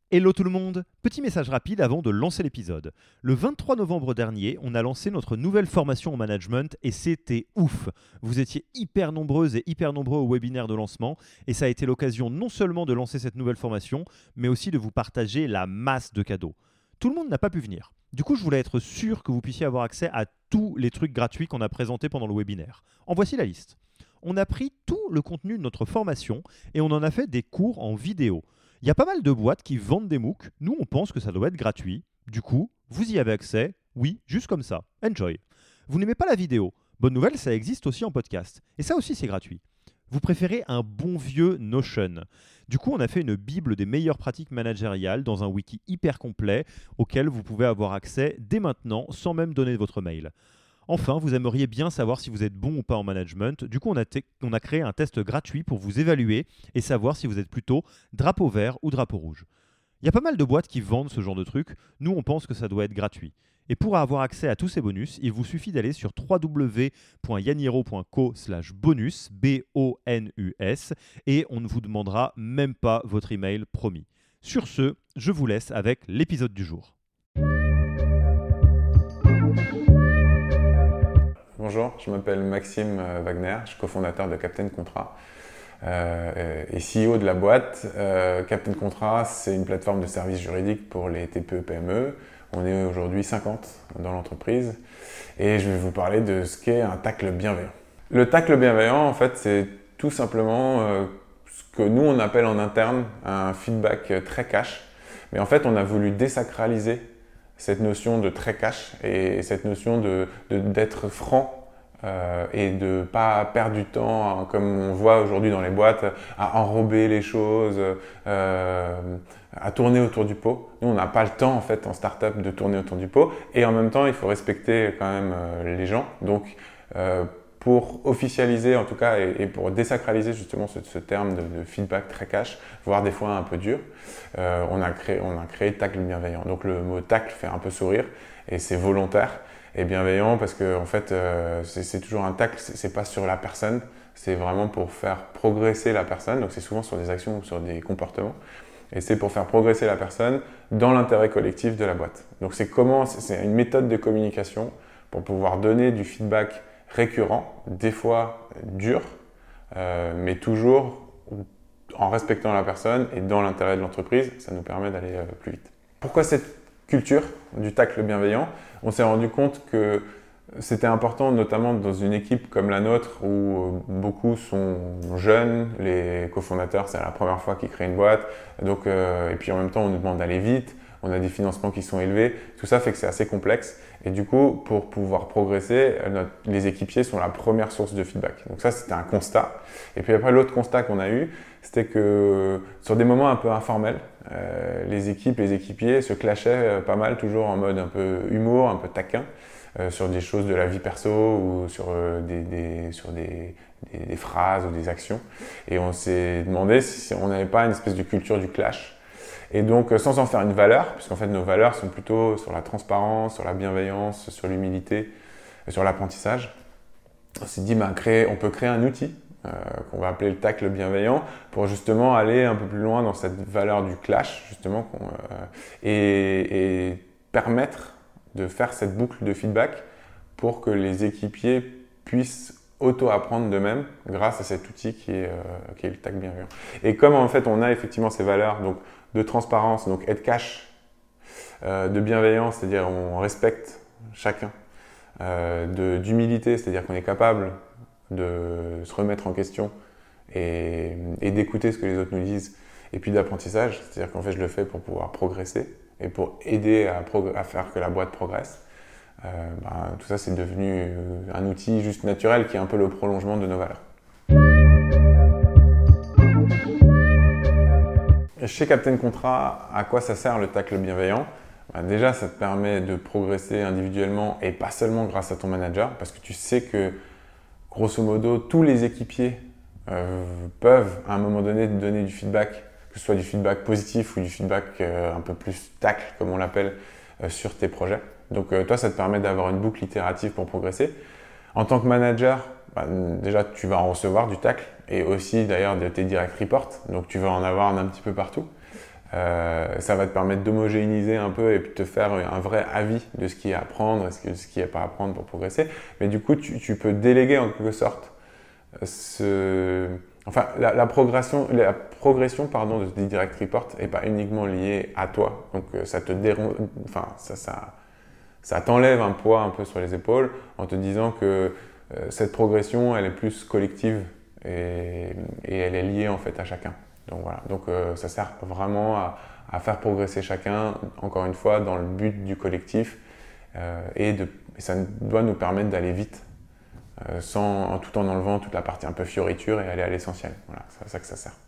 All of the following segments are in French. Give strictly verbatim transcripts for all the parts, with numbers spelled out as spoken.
Hello tout le monde! Petit message rapide avant de lancer l'épisode. Le vingt-trois novembre dernier, on a lancé notre nouvelle formation en management et c'était ouf! Vous étiez hyper nombreuses et hyper nombreux au webinaire de lancement et ça a été l'occasion non seulement de lancer cette nouvelle formation, mais aussi de vous partager la masse de cadeaux. Tout le monde n'a pas pu venir. Du coup, je voulais être sûr que vous puissiez avoir accès à tous les trucs gratuits qu'on a présentés pendant le webinaire. En voici la liste. On a pris tout le contenu de notre formation et on en a fait des cours en vidéo. Il y a pas mal de boîtes qui vendent des MOOC. Nous, on pense que ça doit être gratuit. Du coup, vous y avez accès. Oui, juste comme ça. Enjoy. Vous n'aimez pas la vidéo? Bonne nouvelle, ça existe aussi en podcast. Et ça aussi, c'est gratuit. Vous préférez un bon vieux Notion. Du coup, on a fait une bible des meilleures pratiques managériales dans un wiki hyper complet auquel vous pouvez avoir accès dès maintenant sans même donner votre mail. Enfin, vous aimeriez bien savoir si vous êtes bon ou pas en management. Du coup, on a, te- on a créé un test gratuit pour vous évaluer et savoir si vous êtes plutôt drapeau vert ou drapeau rouge. Il y a pas mal de boîtes qui vendent ce genre de trucs. Nous, on pense que ça doit être gratuit. Et pour avoir accès à tous ces bonus, il vous suffit d'aller sur w w w point yaniro point co slash bonus, B O N U S, et on ne vous demandera même pas votre email promis. Sur ce, je vous laisse avec l'épisode du jour. Bonjour, je m'appelle Maxime Wagner, je suis cofondateur de Captain Contrat euh, et C E O de la boîte. Euh, Captain Contrat, c'est une plateforme de services juridiques pour les T P E P M E. On est aujourd'hui cinquante dans l'entreprise et je vais vous parler de ce qu'est un tacle bienveillant. Le tacle bienveillant, en fait, c'est tout simplement euh, ce que nous on appelle en interne un feedback très cash. Mais en fait, on a voulu désacraliser cette notion de très cash et cette notion de, de, d'être franc euh, et de ne pas perdre du temps, hein, comme on voit aujourd'hui dans les boîtes, à enrober les choses, euh, à tourner autour du pot. Nous, on n'a pas le temps en fait en start-up de tourner autour du pot et en même temps, il faut respecter quand même euh, les gens. Donc, euh, pour officialiser en tout cas et, et pour désacraliser justement ce, ce terme de, de feedback très cash, voire des fois un peu dur, euh, on, a créé, on a créé tacle bienveillant. Donc le mot tacle fait un peu sourire et c'est volontaire et bienveillant parce que en fait euh, c'est, c'est toujours un tacle, c'est, c'est pas sur la personne, c'est vraiment pour faire progresser la personne, donc c'est souvent sur des actions ou sur des comportements. Et c'est pour faire progresser la personne dans l'intérêt collectif de la boîte. Donc c'est comment, c'est une méthode de communication pour pouvoir donner du feedback récurrent, des fois dur, euh, mais toujours en respectant la personne et dans l'intérêt de l'entreprise, ça nous permet d'aller euh, plus vite. Pourquoi cette culture du tacle bienveillant? On s'est rendu compte que c'était important, notamment dans une équipe comme la nôtre où beaucoup sont jeunes, les cofondateurs, c'est la première fois qu'ils créent une boîte, donc, euh, et puis en même temps on nous demande d'aller vite, on a des financements qui sont élevés, tout ça fait que c'est assez complexe. Et du coup, pour pouvoir progresser, notre, les équipiers sont la première source de feedback. Donc ça, c'était un constat. Et puis après, l'autre constat qu'on a eu, c'était que sur des moments un peu informels, euh, les équipes, les équipiers se clashaient euh, pas mal, toujours en mode un peu humour, un peu taquin, euh, sur des choses de la vie perso ou sur, euh, des, des, sur des, des, des phrases ou des actions. Et on s'est demandé si on n'avait pas une espèce de culture du clash. Et donc, sans en faire une valeur, puisqu'en fait nos valeurs sont plutôt sur la transparence, sur la bienveillance, sur l'humilité, sur l'apprentissage, on s'est dit, bah, créer, on peut créer un outil euh, qu'on va appeler le tacle bienveillant pour justement aller un peu plus loin dans cette valeur du clash, justement, qu'on, euh, et, et permettre de faire cette boucle de feedback pour que les équipiers puissent auto-apprendre d'eux-mêmes grâce à cet outil qui est, euh, qui est le tacle bienveillant. Et comme en fait on a effectivement ces valeurs, donc de transparence, donc être cash, euh, de bienveillance, c'est-à-dire on respecte chacun, euh, de, d'humilité, c'est-à-dire qu'on est capable de se remettre en question et, et d'écouter ce que les autres nous disent, et puis d'apprentissage, c'est-à-dire qu'en fait je le fais pour pouvoir progresser et pour aider à, prog- à faire que la boîte progresse. Euh, ben, tout ça c'est devenu un outil juste naturel qui est un peu le prolongement de nos valeurs. Chez Captain Contrat, à quoi ça sert le tacle bienveillant? Ben déjà, ça te permet de progresser individuellement et pas seulement grâce à ton manager, parce que tu sais que, grosso modo, tous les équipiers euh, peuvent, à un moment donné, te donner du feedback, que ce soit du feedback positif ou du feedback euh, un peu plus tacle, comme on l'appelle, euh, sur tes projets. Donc euh, toi, ça te permet d'avoir une boucle itérative pour progresser. En tant que manager, bah, déjà, tu vas en recevoir du tacle et aussi d'ailleurs de tes direct reports, donc tu vas en avoir un, un petit peu partout. Euh, ça va te permettre d'homogénéiser un peu et puis de te faire un vrai avis de ce qui est à apprendre et ce qui n'est pas à apprendre pour progresser. Mais du coup, tu, tu peux déléguer en quelque sorte ce... Enfin, la, la progression, la progression pardon, de ce direct report n'est pas uniquement liée à toi. Donc, ça te dérange... Enfin, ça, ça, ça t'enlève un poids un peu sur les épaules en te disant que euh, cette progression, elle est plus collective et, et elle est liée en fait à chacun. Donc voilà, donc euh, ça sert vraiment à, à faire progresser chacun, encore une fois, dans le but du collectif euh, et, de, et ça doit nous permettre d'aller vite, euh, sans, tout en enlevant toute la partie un peu fioriture et aller à l'essentiel. Voilà, c'est à ça que ça sert.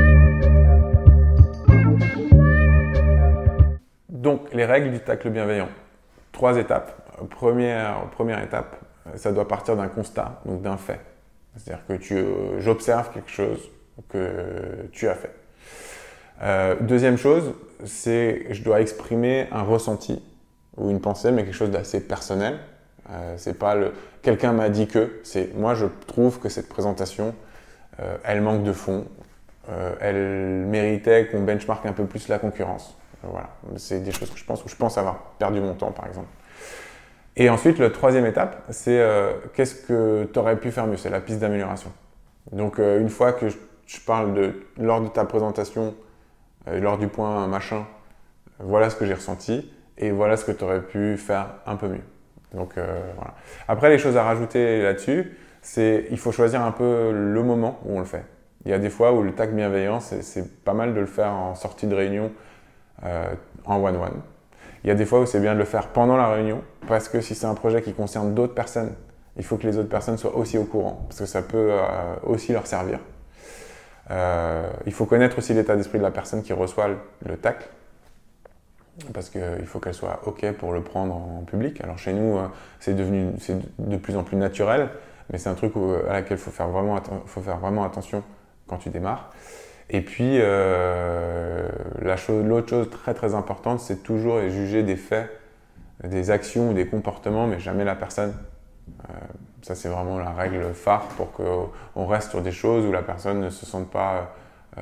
Donc les règles du tacle bienveillant. Trois étapes. Première, première étape, ça doit partir d'un constat, donc d'un fait. C'est-à-dire que tu, euh, j'observe quelque chose que tu as fait. Euh, deuxième chose, c'est que je dois exprimer un ressenti ou une pensée, mais quelque chose d'assez personnel. Euh, c'est pas le quelqu'un m'a dit que, c'est moi je trouve que cette présentation, euh, elle manque de fond, euh, elle méritait qu'on benchmark un peu plus la concurrence. Euh, voilà, c'est des choses que je pense où je pense avoir perdu mon temps par exemple. Et ensuite, la troisième étape, c'est euh, qu'est-ce que tu aurais pu faire mieux, c'est la piste d'amélioration. Donc euh, une fois que je Je parle de, lors de ta présentation, euh, lors du point machin, voilà ce que j'ai ressenti et voilà ce que tu aurais pu faire un peu mieux. Donc, euh, voilà. Après, les choses à rajouter là-dessus, c'est il faut choisir un peu le moment où on le fait. Il y a des fois où le tacle bienveillant, c'est pas mal de le faire en sortie de réunion, euh, en one-one. Il y a des fois où c'est bien de le faire pendant la réunion, parce que si c'est un projet qui concerne d'autres personnes, il faut que les autres personnes soient aussi au courant, parce que ça peut euh, aussi leur servir. Euh, il faut connaître aussi l'état d'esprit de la personne qui reçoit le, le tacle, parce qu'il faut qu'elle soit OK pour le prendre en public. Alors chez nous, c'est devenu c'est de plus en plus naturel, mais c'est un truc où, à laquelle il faut faire vraiment, faut faire vraiment attention quand tu démarres. Et puis, euh, la chose, l'autre chose très très importante, c'est toujours juger des faits, des actions ou des comportements, mais jamais la personne. Euh, ça, c'est vraiment la règle phare pour qu'on reste sur des choses où la personne ne se sente pas euh,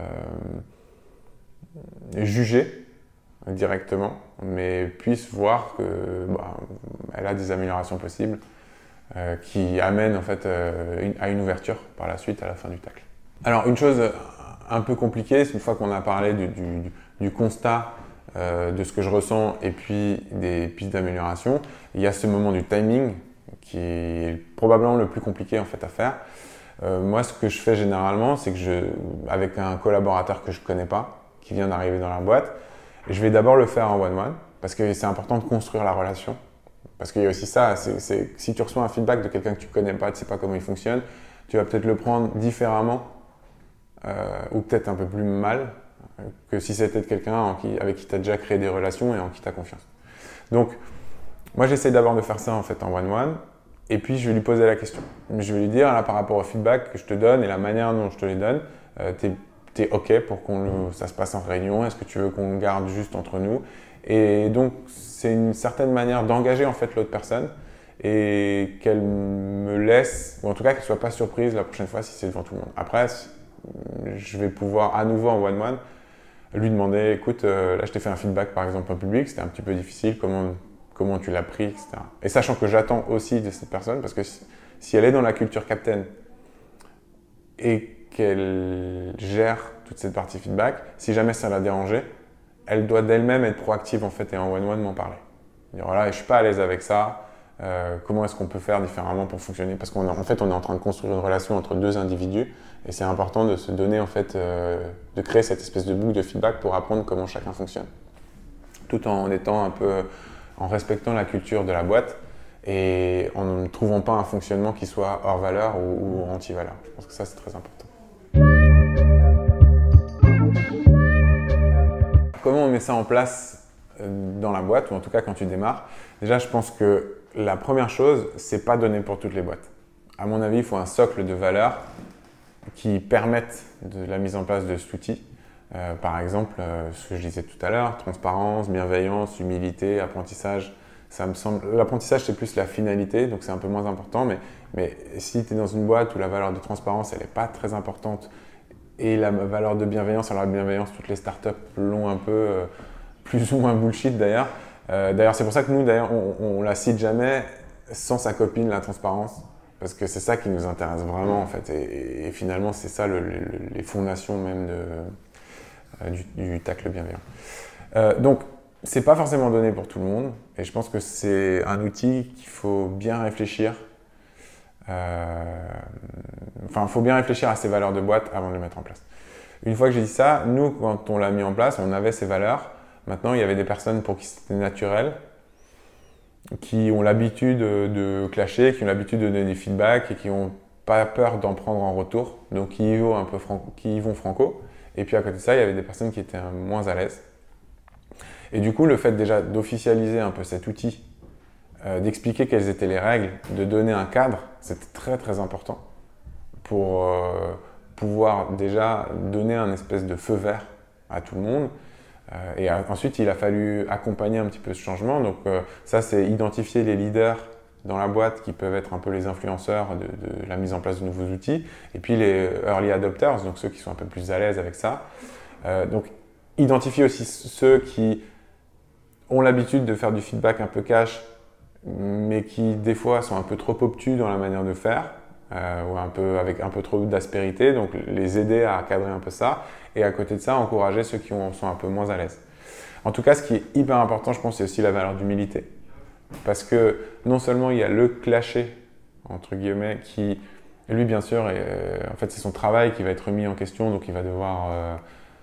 jugée directement, mais puisse voir qu'elle bah, a des améliorations possibles euh, qui amènent en fait, euh, une, à une ouverture par la suite à la fin du tacle. Alors, une chose un peu compliquée, c'est une fois qu'on a parlé du, du, du constat euh, de ce que je ressens et puis des pistes d'amélioration, il y a ce moment du timing qui est probablement le plus compliqué en fait à faire. Euh, moi, ce que je fais généralement, c'est que je, avec un collaborateur que je ne connais pas, qui vient d'arriver dans la boîte, je vais d'abord le faire en one-one, parce que c'est important de construire la relation. Parce qu'il y a aussi ça, c'est, c'est, si tu reçois un feedback de quelqu'un que tu ne connais pas, tu ne sais pas comment il fonctionne, tu vas peut-être le prendre différemment, euh, ou peut-être un peu plus mal, que si c'était de quelqu'un en qui, avec qui tu as déjà créé des relations et en qui tu as confiance. Donc, moi, j'essaie d'abord de faire ça en fait en one-one, et puis je vais lui poser la question. Je vais lui dire, là, par rapport au feedback que je te donne et la manière dont je te les donne, euh, t'es, t'es OK pour que ça se passe en réunion? Est-ce que tu veux qu'on garde juste entre nous? Et donc, c'est une certaine manière d'engager en fait l'autre personne et qu'elle me laisse, ou en tout cas qu'elle ne soit pas surprise la prochaine fois si c'est devant tout le monde. Après, je vais pouvoir à nouveau en one-one lui demander, écoute, euh, là je t'ai fait un feedback par exemple en public, c'était un petit peu difficile, comment comment tu l'as pris, et cetera. Et sachant que j'attends aussi de cette personne, parce que si, si elle est dans la culture Captain et qu'elle gère toute cette partie feedback, si jamais ça l'a dérangé, elle doit d'elle-même être proactive en fait et en one-one m'en parler. Dire voilà, je suis pas à l'aise avec ça, euh, comment est-ce qu'on peut faire différemment pour fonctionner? Parce qu'en fait, on est en train de construire une relation entre deux individus et c'est important de se donner en fait, euh, de créer cette espèce de boucle de feedback pour apprendre comment chacun fonctionne, tout en étant un peu en respectant la culture de la boîte et en ne trouvant pas un fonctionnement qui soit hors valeur ou, ou anti-valeur. Je pense que ça, c'est très important. Comment on met ça en place dans la boîte, ou en tout cas quand tu démarres? Déjà, je pense que la première chose, c'est pas donné pour toutes les boîtes. À mon avis, il faut un socle de valeurs qui permettent de la mise en place de cet outil. Euh, par exemple, euh, ce que je disais tout à l'heure, transparence, bienveillance, humilité, apprentissage. Ça me semble... L'apprentissage, c'est plus la finalité, donc c'est un peu moins important. Mais, mais si tu es dans une boîte où la valeur de transparence, elle n'est pas très importante et la valeur de bienveillance. Alors la bienveillance, toutes les startups l'ont un peu, euh, plus ou moins bullshit d'ailleurs. Euh, d'ailleurs, c'est pour ça que nous, d'ailleurs, on, on la cite jamais sans sa copine, la transparence, parce que c'est ça qui nous intéresse vraiment en fait. Et, et finalement, c'est ça le, le, les fondations même de, euh, du, du tacle bienveillant. Euh, donc, c'est pas forcément donné pour tout le monde, et je pense que c'est un outil qu'il faut bien réfléchir. Euh, enfin, il faut bien réfléchir à ces valeurs de boîte avant de le mettre en place. Une fois que j'ai dit ça, nous, quand on l'a mis en place, on avait ces valeurs. Maintenant, il y avait des personnes pour qui c'était naturel, qui ont l'habitude de clasher, qui ont l'habitude de donner des feedbacks et qui n'ont pas peur d'en prendre en retour, donc qui y vont un peu franco, qui y vont franco. Et puis à côté de ça, il y avait des personnes qui étaient moins à l'aise. Et du coup, le fait déjà d'officialiser un peu cet outil, euh, d'expliquer quelles étaient les règles, de donner un cadre, c'était très très important pour euh, pouvoir déjà donner un espèce de feu vert à tout le monde. Euh, et a, ensuite, il a fallu accompagner un petit peu ce changement. Donc euh, ça, c'est identifier les leaders dans la boîte qui peuvent être un peu les influenceurs de, de la mise en place de nouveaux outils. Et puis les early adopters, donc ceux qui sont un peu plus à l'aise avec ça. Euh, donc identifier aussi ceux qui ont l'habitude de faire du feedback un peu cash, mais qui des fois sont un peu trop obtus dans la manière de faire, euh, ou un peu, avec un peu trop d'aspérité, donc les aider à cadrer un peu ça, et à côté de ça, encourager ceux qui ont, sont un peu moins à l'aise. En tout cas, ce qui est hyper important, je pense, c'est aussi la valeur d'humilité. Parce que non seulement il y a le clasher, entre guillemets, qui, lui bien sûr, est, euh, en fait c'est son travail qui va être remis en question, donc il va devoir euh,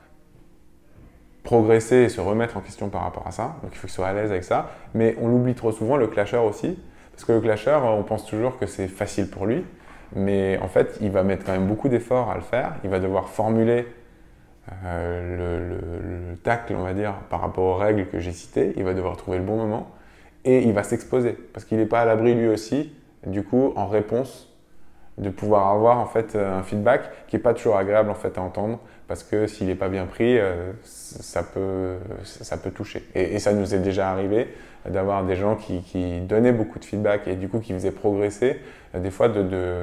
progresser et se remettre en question par rapport à ça, donc il faut qu'il soit à l'aise avec ça, mais on l'oublie trop souvent, le clasher aussi, parce que le clasher, on pense toujours que c'est facile pour lui, mais en fait, il va mettre quand même beaucoup d'efforts à le faire, il va devoir formuler euh, le, le, le tacle, on va dire, par rapport aux règles que j'ai citées, il va devoir trouver le bon moment, et il va s'exposer, parce qu'il n'est pas à l'abri lui aussi, du coup, en réponse, de pouvoir avoir en fait un feedback qui n'est pas toujours agréable en fait à entendre, parce que s'il n'est pas bien pris, euh, ça, peut, ça peut toucher. Et, et ça nous est déjà arrivé d'avoir des gens qui, qui donnaient beaucoup de feedback et du coup qui faisaient progresser, euh, des fois de, de,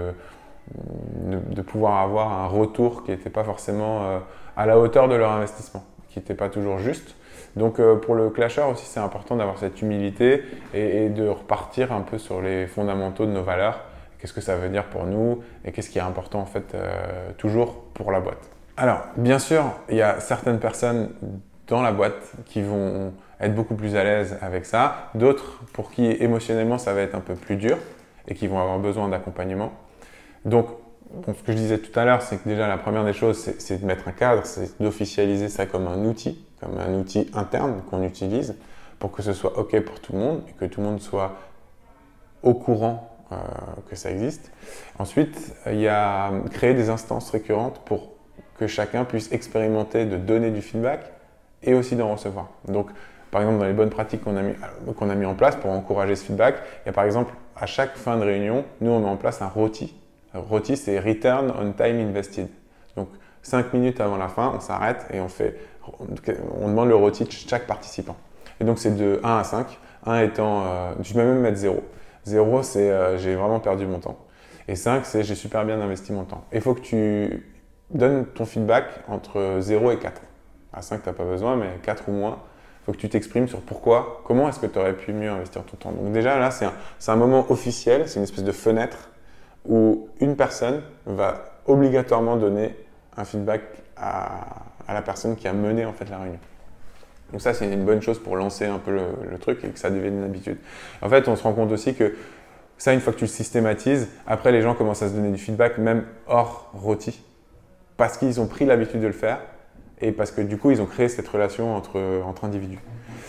de, de pouvoir avoir un retour qui n'était pas forcément euh, à la hauteur de leur investissement, qui n'était pas toujours juste. Donc euh, pour le clasher aussi, c'est important d'avoir cette humilité et, et de repartir un peu sur les fondamentaux de nos valeurs. Qu'est-ce que ça veut dire pour nous et qu'est-ce qui est important en fait euh, toujours pour la boîte. Alors bien sûr, il y a certaines personnes dans la boîte qui vont être beaucoup plus à l'aise avec ça, d'autres pour qui émotionnellement ça va être un peu plus dur et qui vont avoir besoin d'accompagnement. Donc bon, ce que je disais tout à l'heure, c'est que déjà la première des choses, c'est, c'est de mettre un cadre, c'est d'officialiser ça comme un outil, comme un outil interne qu'on utilise pour que ce soit OK pour tout le monde et que tout le monde soit au courant Euh, que ça existe. Ensuite, il y a créer des instances récurrentes pour que chacun puisse expérimenter de donner du feedback et aussi d'en recevoir. Donc, par exemple, dans les bonnes pratiques qu'on a mis, qu'on a mis en place pour encourager ce feedback, il y a par exemple, à chaque fin de réunion, nous, on met en place un R O T I. Un R O T I, c'est Return on Time Invested. Donc, cinq minutes avant la fin, on s'arrête et on fait, on demande le R O T I de chaque participant. Et donc, c'est de un à cinq, un étant, euh, tu peux même mettre zéro. zéro, c'est euh, j'ai vraiment perdu mon temps. Et cinq, c'est j'ai super bien investi mon temps. Il faut que tu donnes ton feedback entre zéro et quatre. À cinq, tu n'as pas besoin, mais quatre ou moins, il faut que tu t'exprimes sur pourquoi, comment est-ce que tu aurais pu mieux investir ton temps. Donc déjà, là, c'est un, c'est un moment officiel, c'est une espèce de fenêtre où une personne va obligatoirement donner un feedback à, à la personne qui a mené en fait la réunion. Donc ça, c'est une bonne chose pour lancer un peu le, le truc et que ça devienne une habitude. En fait, on se rend compte aussi que ça, une fois que tu le systématises, après, les gens commencent à se donner du feedback, même hors R O T I, parce qu'ils ont pris l'habitude de le faire et parce que du coup, ils ont créé cette relation entre, entre individus.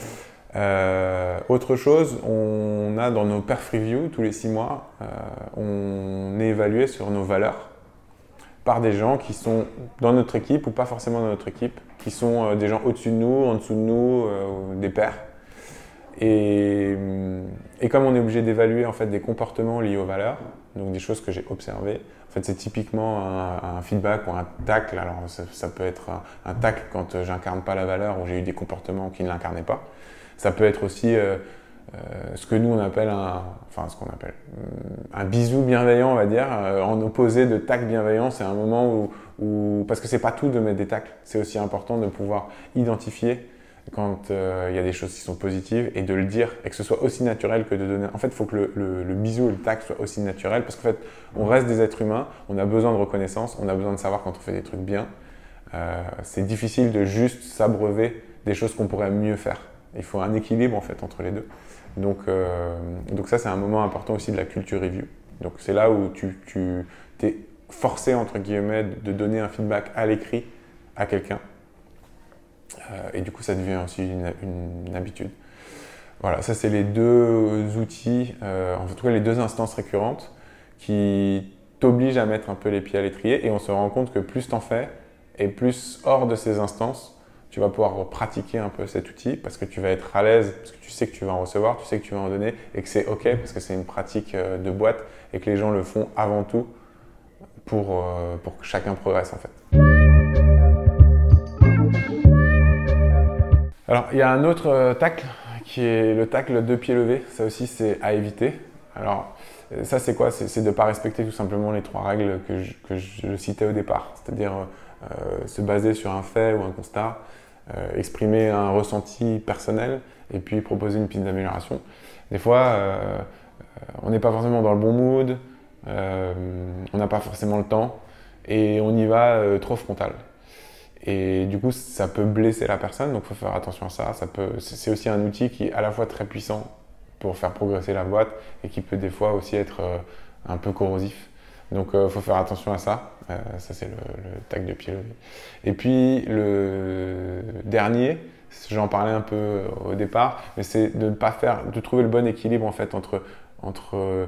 Euh, autre chose, on a dans nos perf reviews, tous les six mois, euh, on est évalué sur nos valeurs par des gens qui sont dans notre équipe ou pas forcément dans notre équipe, qui sont euh, des gens au-dessus de nous, en dessous de nous, euh, des pairs. Et, et comme on est obligé d'évaluer en fait, des comportements liés aux valeurs, donc des choses que j'ai observées, en fait, c'est typiquement un, un feedback ou un tacle. Alors ça, ça peut être un, un tacle quand j'incarne pas la valeur ou j'ai eu des comportements qui ne l'incarnaient pas. Ça peut être aussi euh, euh, ce que nous on appelle un, enfin ce qu'on appelle un bisou bienveillant, on va dire, euh, en opposé de tacle bienveillant. C'est un moment où, où parce que c'est pas tout de mettre des tacles, c'est aussi important de pouvoir identifier quand il euh, y a des choses qui sont positives et de le dire et que ce soit aussi naturel que de donner. En fait, il faut que le, le, le bisou et le tacle soient aussi naturels parce qu'en fait, on reste des êtres humains, on a besoin de reconnaissance, on a besoin de savoir quand on fait des trucs bien. Euh, c'est difficile de juste s'abreuver des choses qu'on pourrait mieux faire. Il faut un équilibre en fait entre les deux. Donc, euh, donc ça, c'est un moment important aussi de la culture review. Donc c'est là où tu, tu es forcé entre guillemets de donner un feedback à l'écrit à quelqu'un. Euh, et du coup, ça devient aussi une, une, une habitude. Voilà, ça c'est les deux outils, euh, en tout cas les deux instances récurrentes qui t'obligent à mettre un peu les pieds à l'étrier. Et on se rend compte que plus t'en fais, et plus hors de ces instances, tu vas pouvoir pratiquer un peu cet outil parce que tu vas être à l'aise, parce que tu sais que tu vas en recevoir, tu sais que tu vas en donner et que c'est OK parce que c'est une pratique de boîte et que les gens le font avant tout pour, euh, pour que chacun progresse en fait. Alors, il y a un autre tacle qui est le tacle de pied levé. Ça aussi, c'est à éviter. Alors, ça, c'est quoi? C'est de ne pas respecter tout simplement les trois règles que je, que je citais au départ. C'est-à-dire euh, se baser sur un fait ou un constat, euh, exprimer un ressenti personnel et puis proposer une piste d'amélioration. Des fois, euh, on n'est pas forcément dans le bon mood, euh, on n'a pas forcément le temps et on y va euh, trop frontal. Et du coup, ça peut blesser la personne, donc il faut faire attention à ça. Ça peut, c'est aussi un outil qui est à la fois très puissant pour faire progresser la boîte et qui peut des fois aussi être euh, un peu corrosif. Donc il euh, faut faire attention à ça. Euh, ça, c'est le, le tacle de pied levé. Et puis, le dernier, j'en parlais un peu au départ, mais c'est de ne pas faire, de trouver le bon équilibre en fait entre, entre euh,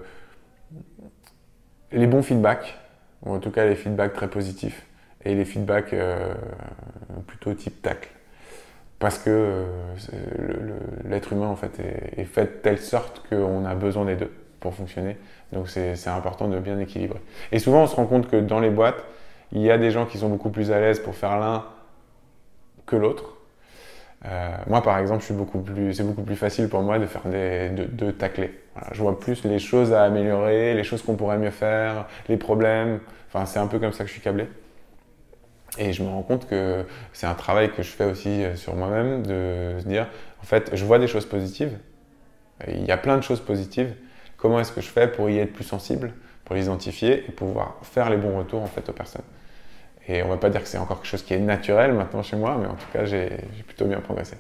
les bons feedbacks, ou en tout cas les feedbacks très positifs, et les feedbacks euh, plutôt type tacle. Parce que euh, l'être humain en fait, est, est fait de telle sorte qu'on a besoin des deux pour fonctionner. Donc c'est important de bien équilibrer. Et souvent on se rend compte que dans les boîtes, il y a des gens qui sont beaucoup plus à l'aise pour faire l'un que l'autre. Euh, moi par exemple, c'est beaucoup, beaucoup plus facile pour moi de faire des, de, de tacler. Voilà, je vois plus les choses à améliorer, les choses qu'on pourrait mieux faire, les problèmes. Enfin, c'est un peu comme ça que je suis câblé. Et je me rends compte que c'est un travail que je fais aussi sur moi-même, de se dire, en fait, je vois des choses positives, il y a plein de choses positives, comment est-ce que je fais pour y être plus sensible, pour les identifier et pouvoir faire les bons retours en fait, aux personnes. Et on ne va pas dire que c'est encore quelque chose qui est naturel maintenant chez moi, mais en tout cas, j'ai plutôt bien progressé.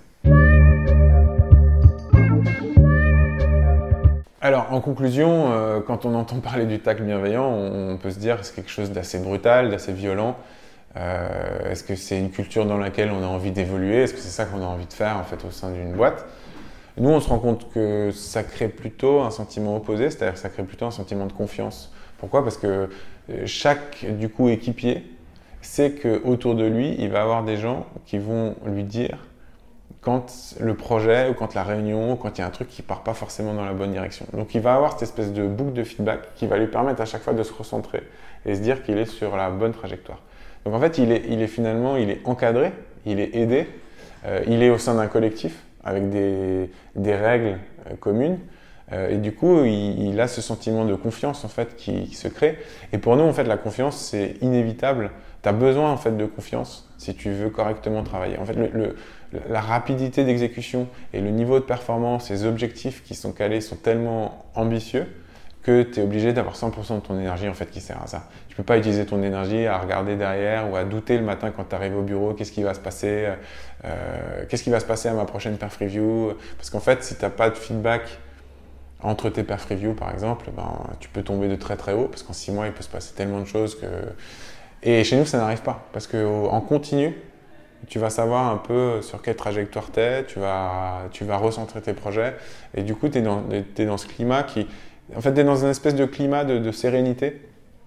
Alors, en conclusion, euh, quand on entend parler du tacle bienveillant, on, on peut se dire que c'est quelque chose d'assez brutal, d'assez violent. Euh, Est-ce que c'est une culture dans laquelle on a envie d'évoluer? Est-ce que c'est ça qu'on a envie de faire en fait, au sein d'une boîte? Nous, on se rend compte que ça crée plutôt un sentiment opposé, c'est-à-dire que ça crée plutôt un sentiment de confiance. Pourquoi? Parce que chaque du coup, équipier sait qu'autour de lui, il va avoir des gens qui vont lui dire quand le projet ou quand la réunion, ou quand il y a un truc qui ne part pas forcément dans la bonne direction. Donc il va avoir cette espèce de boucle de feedback qui va lui permettre à chaque fois de se recentrer et se dire qu'il est sur la bonne trajectoire. Donc en fait, il est, il est finalement il est encadré, il est aidé, euh, il est au sein d'un collectif avec des, des règles euh, communes. Euh, et du coup, il, il a ce sentiment de confiance en fait, qui, qui se crée. Et pour nous, en fait, la confiance, c'est inévitable. Tu as besoin en fait, de confiance si tu veux correctement travailler. En fait, le, le, la rapidité d'exécution et le niveau de performance, les objectifs qui sont calés sont tellement ambitieux que tu es obligé d'avoir cent pour cent de ton énergie en fait, qui sert à ça. Tu ne peux pas utiliser ton énergie à regarder derrière ou à douter le matin quand tu arrives au bureau, qu'est-ce qui va se passer, euh, qu'est-ce qui va se passer à ma prochaine perf review. Parce qu'en fait, si tu n'as pas de feedback entre tes perf reviews, par exemple, ben, tu peux tomber de très très haut parce qu'en six mois, il peut se passer tellement de choses que... Et chez nous, ça n'arrive pas parce qu'en continu, tu vas savoir un peu sur quelle trajectoire tu es, tu vas, tu vas recentrer tes projets et du coup, tu es dans, t'es dans ce climat qui... En fait, tu es dans une espèce de climat de, de sérénité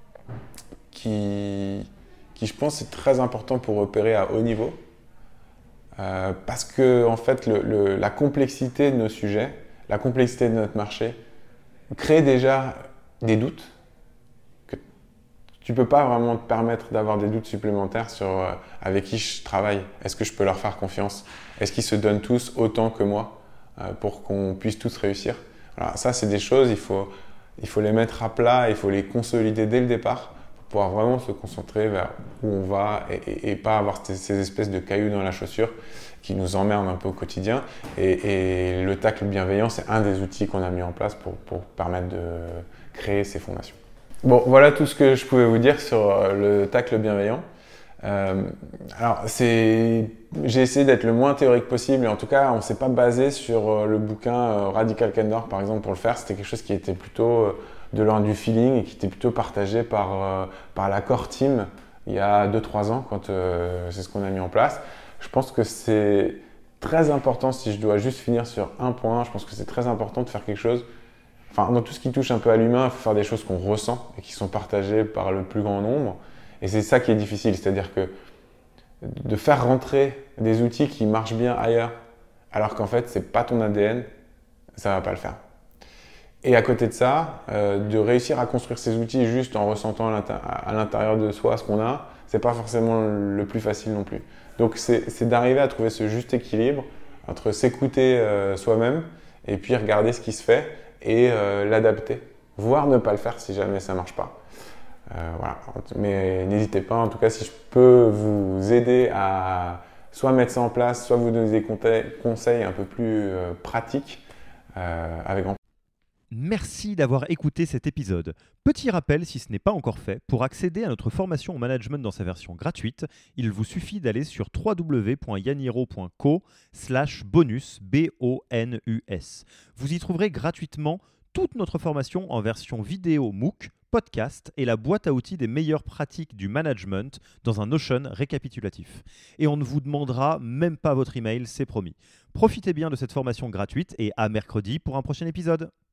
qui, qui, je pense, est très important pour opérer à haut niveau euh, parce que, en fait, le, le, la complexité de nos sujets, la complexité de notre marché crée déjà des doutes que tu ne peux pas vraiment te permettre d'avoir des doutes supplémentaires sur euh, avec qui je travaille. Est-ce que je peux leur faire confiance? Est-ce qu'ils se donnent tous autant que moi euh, pour qu'on puisse tous réussir. Alors, ça, c'est des choses, il faut, il faut les mettre à plat, il faut les consolider dès le départ pour pouvoir vraiment se concentrer vers où on va et, et, et pas avoir ces, ces espèces de cailloux dans la chaussure qui nous emmerdent un peu au quotidien. Et, et le tacle bienveillant, c'est un des outils qu'on a mis en place pour, pour permettre de créer ces fondations. Bon, voilà tout ce que je pouvais vous dire sur le tacle bienveillant. Euh, alors, c'est... j'ai essayé d'être le moins théorique possible, et en tout cas, on ne s'est pas basé sur le bouquin Radical Candor, par exemple, pour le faire. C'était quelque chose qui était plutôt de l'ordre du feeling et qui était plutôt partagé par, par la core team il y a deux trois ans, quand euh, c'est ce qu'on a mis en place. Je pense que c'est très important, si je dois juste finir sur un point, je pense que c'est très important de faire quelque chose. Enfin, dans tout ce qui touche un peu à l'humain, il faut faire des choses qu'on ressent et qui sont partagées par le plus grand nombre. Et c'est ça qui est difficile, c'est-à-dire que de faire rentrer des outils qui marchent bien ailleurs, alors qu'en fait, ce n'est pas ton A D N, ça ne va pas le faire. Et à côté de ça, euh, de réussir à construire ces outils juste en ressentant à l'intérieur de soi ce qu'on a, ce n'est pas forcément le plus facile non plus. Donc, c'est, c'est d'arriver à trouver ce juste équilibre entre s'écouter euh, soi-même et puis regarder ce qui se fait et euh, l'adapter, voire ne pas le faire si jamais ça ne marche pas. Euh, voilà. Mais n'hésitez pas, en tout cas, si je peux vous aider à soit mettre ça en place, soit vous donner des conseils un peu plus euh, pratiques, euh, avec grand plaisir. Merci d'avoir écouté cet épisode. Petit rappel, si ce n'est pas encore fait, pour accéder à notre formation au management dans sa version gratuite, il vous suffit d'aller sur w w w point yaniro point co slash bonus, B O N U S. Vous y trouverez gratuitement toute notre formation en version vidéo MOOC, podcast et la boîte à outils des meilleures pratiques du management dans un Notion récapitulatif. Et on ne vous demandera même pas votre email, c'est promis. Profitez bien de cette formation gratuite et à mercredi pour un prochain épisode.